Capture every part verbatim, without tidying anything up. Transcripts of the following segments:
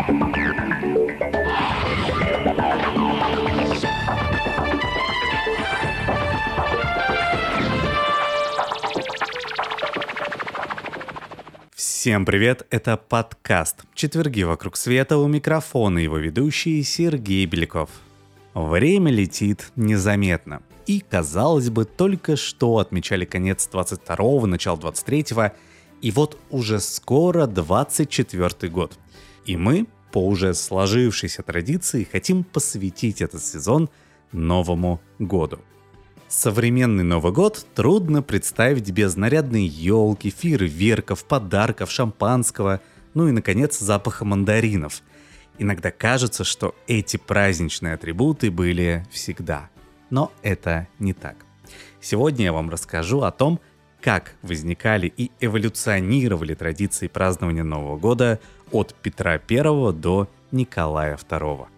Всем привет, это подкаст «Четверги вокруг света», у микрофона его ведущий Сергей Беляков. Время летит незаметно. И, казалось бы, только что отмечали конец двадцать второго, начало двадцать третьего, и вот уже скоро двадцать четвёртый год. И мы, по уже сложившейся традиции, хотим посвятить этот сезон Новому году. Современный Новый год трудно представить без нарядной елки, фейерверков, подарков, шампанского, ну и, наконец, запаха мандаринов. Иногда кажется, что эти праздничные атрибуты были всегда. Но это не так. Сегодня я вам расскажу о том, как возникали и эволюционировали традиции празднования Нового года от Петра Первого до Николая Второго.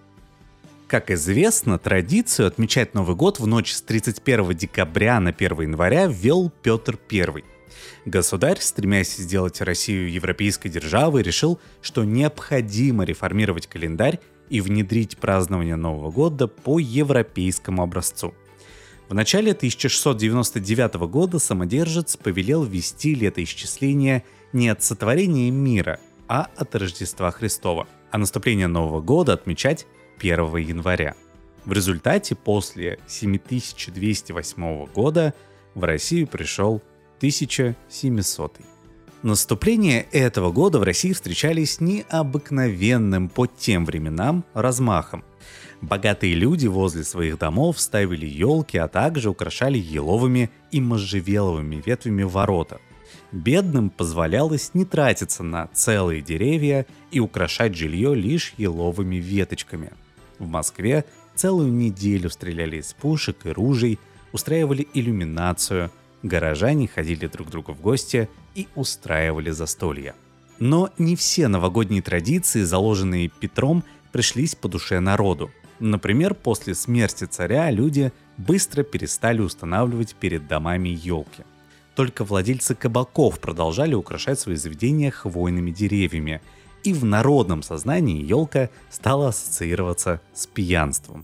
Как известно, традицию отмечать Новый год в ночь с тридцать первого декабря на первого января ввел Петр Первый. Государь, стремясь сделать Россию европейской державой, решил, что необходимо реформировать календарь и внедрить празднование Нового года по европейскому образцу. В начале тысяча шестьсот девяносто девятого года самодержец повелел ввести летоисчисление не от сотворения мира, а от Рождества Христова, а наступление Нового года отмечать первого января. В результате после семь тысяч двести восьмого года в Россию пришел тысяча семисотый. Наступление этого года в России встречались необыкновенным по тем временам размахом. Богатые люди возле своих домов ставили елки, а также украшали еловыми и можжевеловыми ветвями ворота. Бедным позволялось не тратиться на целые деревья и украшать жилье лишь еловыми веточками. В Москве целую неделю стреляли из пушек и ружей, устраивали иллюминацию, горожане ходили друг к другу в гости и устраивали застолья. Но не все новогодние традиции, заложенные Петром, пришлись по душе народу. Например, после смерти царя люди быстро перестали устанавливать перед домами елки. Только владельцы кабаков продолжали украшать свои заведения хвойными деревьями, и в народном сознании елка стала ассоциироваться с пьянством.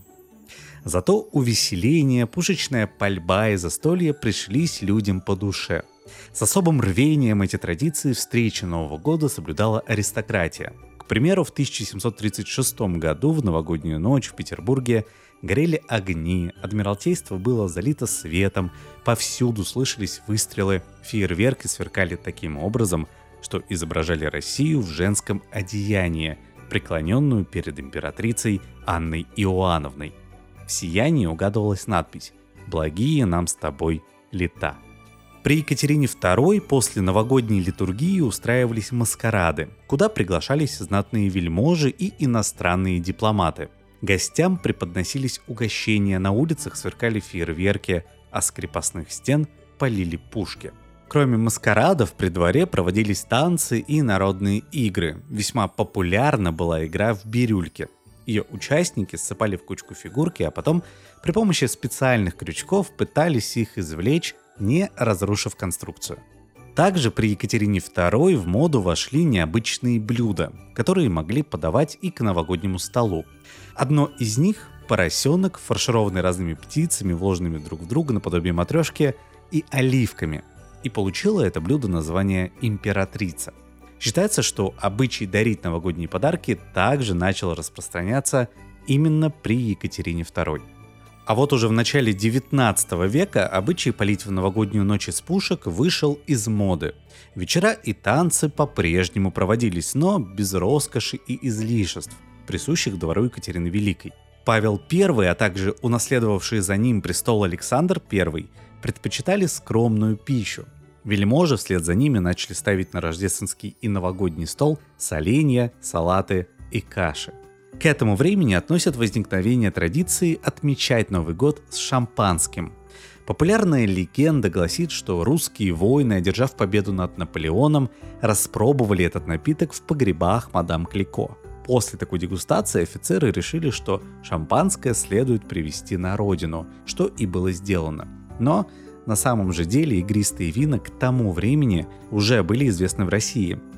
Зато увеселение, пушечная пальба и застолье пришлись людям по душе. С особым рвением эти традиции встречи Нового года соблюдала аристократия. К примеру, в тысяча семьсот тридцать шестом году в новогоднюю ночь в Петербурге горели огни, адмиралтейство было залито светом, повсюду слышались выстрелы, фейерверки сверкали таким образом, что изображали Россию в женском одеянии, преклоненную перед императрицей Анной Иоанновной. В сиянии угадывалась надпись «Благие нам с тобой лета». При Екатерине Второй после новогодней литургии устраивались маскарады, куда приглашались знатные вельможи и иностранные дипломаты. Гостям преподносились угощения, на улицах сверкали фейерверки, а с крепостных стен полили пушки. Кроме маскарадов, при дворе проводились танцы и народные игры. Весьма популярна была игра в бирюльки. Ее участники ссыпали в кучку фигурки, а потом при помощи специальных крючков пытались их извлечь, не разрушив конструкцию. Также при Екатерине Второй в моду вошли необычные блюда, которые могли подавать и к новогоднему столу. Одно из них – поросенок, фаршированный разными птицами, вложенными друг в друга наподобие матрешки, и оливками. И получило это блюдо название «императрица». Считается, что обычай дарить новогодние подарки также начал распространяться именно при Екатерине Второй. А вот уже в начале девятнадцатого века обычай палить в новогоднюю ночь из пушек вышел из моды. Вечера и танцы по-прежнему проводились, но без роскоши и излишеств, присущих двору Екатерины Великой. Павел Первый, а также унаследовавший за ним престол Александр Первый, предпочитали скромную пищу. Вельможи вслед за ними начали ставить на рождественский и новогодний стол соленья, салаты и каши. К этому времени относят возникновение традиции отмечать Новый год с шампанским. Популярная легенда гласит, что русские воины, одержав победу над Наполеоном, распробовали этот напиток в погребах мадам Клико. После такой дегустации офицеры решили, что шампанское следует привезти на родину, что и было сделано. Но на самом же деле игристые вина к тому времени уже были известны в России.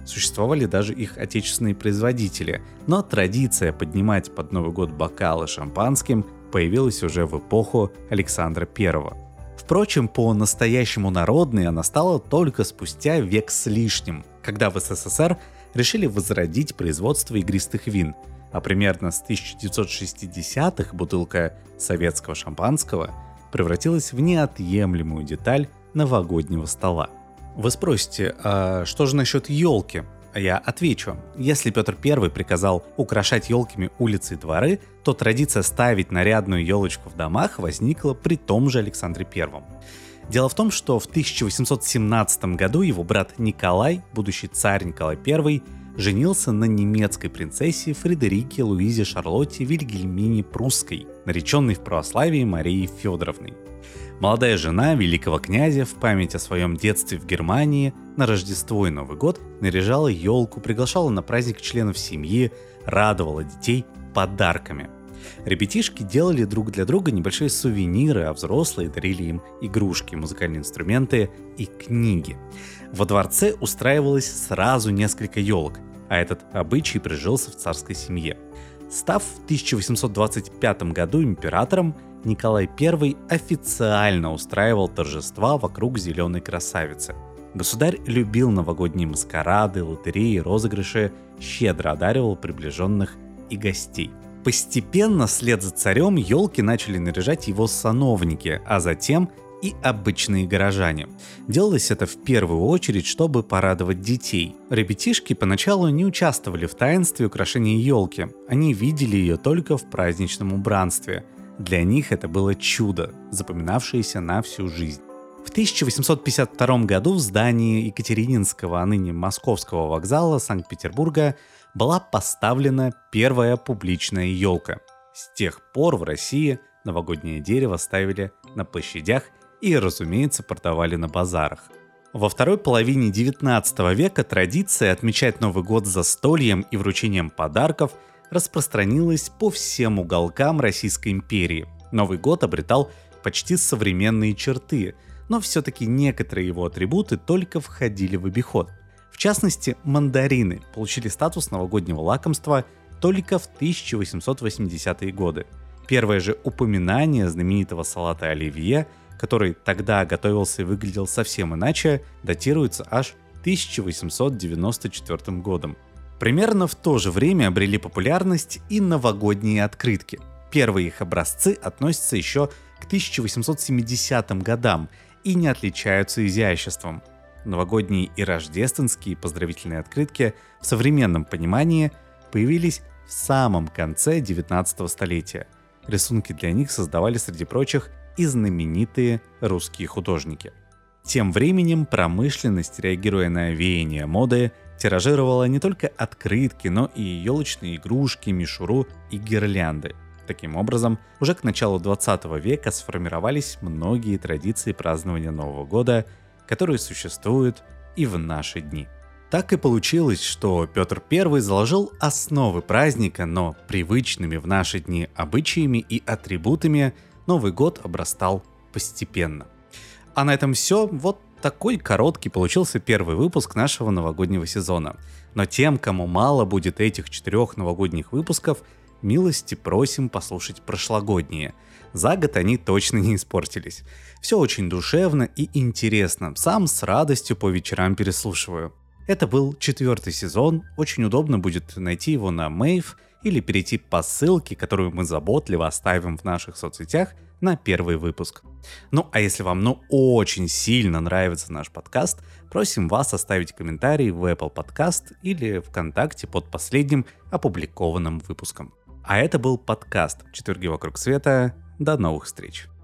Существовали даже их отечественные производители, но традиция поднимать под Новый год бокалы шампанским появилась уже в эпоху Александра Первого. Впрочем, по-настоящему народной она стала только спустя век с лишним, когда в СССР решили возродить производство игристых вин, а примерно с тысяча девятьсот шестидесятых бутылка советского шампанского превратилась в неотъемлемую деталь новогоднего стола. Вы спросите, а что же насчет елки? А я отвечу. Если Петр Первый приказал украшать елками улицы и дворы, то традиция ставить нарядную елочку в домах возникла при том же Александре Первом. Дело в том, что в тысяча восемьсот семнадцатом году его брат Николай, будущий царь Николай Первый, женился на немецкой принцессе Фредерике Луизе Шарлотте Вильгельмине Прусской, нареченной в православии Марией Федоровной. Молодая жена великого князя в память о своем детстве в Германии на Рождество и Новый год наряжала елку, приглашала на праздник членов семьи, радовала детей подарками. Ребятишки делали друг для друга небольшие сувениры, а взрослые дарили им игрушки, музыкальные инструменты и книги. Во дворце устраивалось сразу несколько елок, а этот обычай прижился в царской семье. Став в тысяча восемьсот двадцать пятом году императором, Николай Первый официально устраивал торжества вокруг зеленой красавицы. Государь любил новогодние маскарады, лотереи, розыгрыши, щедро одаривал приближенных и гостей. Постепенно, вслед за царем, елки начали наряжать его сановники, а затем и обычные горожане. Делалось это в первую очередь, чтобы порадовать детей. Ребятишки поначалу не участвовали в таинстве украшения елки, они видели ее только в праздничном убранстве. Для них это было чудо, запоминавшееся на всю жизнь. В тысяча восемьсот пятьдесят втором году в здании Екатерининского, а ныне Московского вокзала Санкт-Петербурга была поставлена первая публичная елка. С тех пор в России новогоднее дерево ставили на площадях и, разумеется, продавали на базарах. Во второй половине девятнадцатого века традиция отмечать Новый год застольем и вручением подарков распространилась по всем уголкам Российской империи. Новый год обретал почти современные черты, но все-таки некоторые его атрибуты только входили в обиход. В частности, мандарины получили статус новогоднего лакомства только в тысяча восемьсот восьмидесятые годы. Первое же упоминание знаменитого салата оливье, который тогда готовился и выглядел совсем иначе, датируется аж тысяча восемьсот девяносто четвёртым годом. Примерно в то же время обрели популярность и новогодние открытки. Первые их образцы относятся еще к тысяча восемьсот семидесятым годам и не отличаются изяществом. Новогодние и рождественские поздравительные открытки в современном понимании появились в самом конце девятнадцатого столетия. Рисунки для них создавали, среди прочих, и знаменитые русские художники. Тем временем промышленность, реагируя на веяние моды, тиражировала не только открытки, но и елочные игрушки, мишуру и гирлянды. Таким образом, уже к началу двадцатого века сформировались многие традиции празднования Нового года, которые существуют и в наши дни. Так и получилось, что Петр Первый заложил основы праздника, но привычными в наши дни обычаями и атрибутами Новый год обрастал постепенно. А на этом все. Вот такой короткий получился первый выпуск нашего новогоднего сезона. Но тем, кому мало будет этих четырех новогодних выпусков, милости просим послушать прошлогодние. За год они точно не испортились. Все очень душевно и интересно. Сам с радостью по вечерам переслушиваю. Это был четвертый сезон. Очень удобно будет найти его на Мэйв или перейти по ссылке, которую мы заботливо оставим в наших соцсетях, на первый выпуск. Ну а если вам ну очень сильно нравится наш подкаст, просим вас оставить комментарий в Apple Podcast или ВКонтакте под последним опубликованным выпуском. А это был подкаст «Четверги вокруг света». До новых встреч!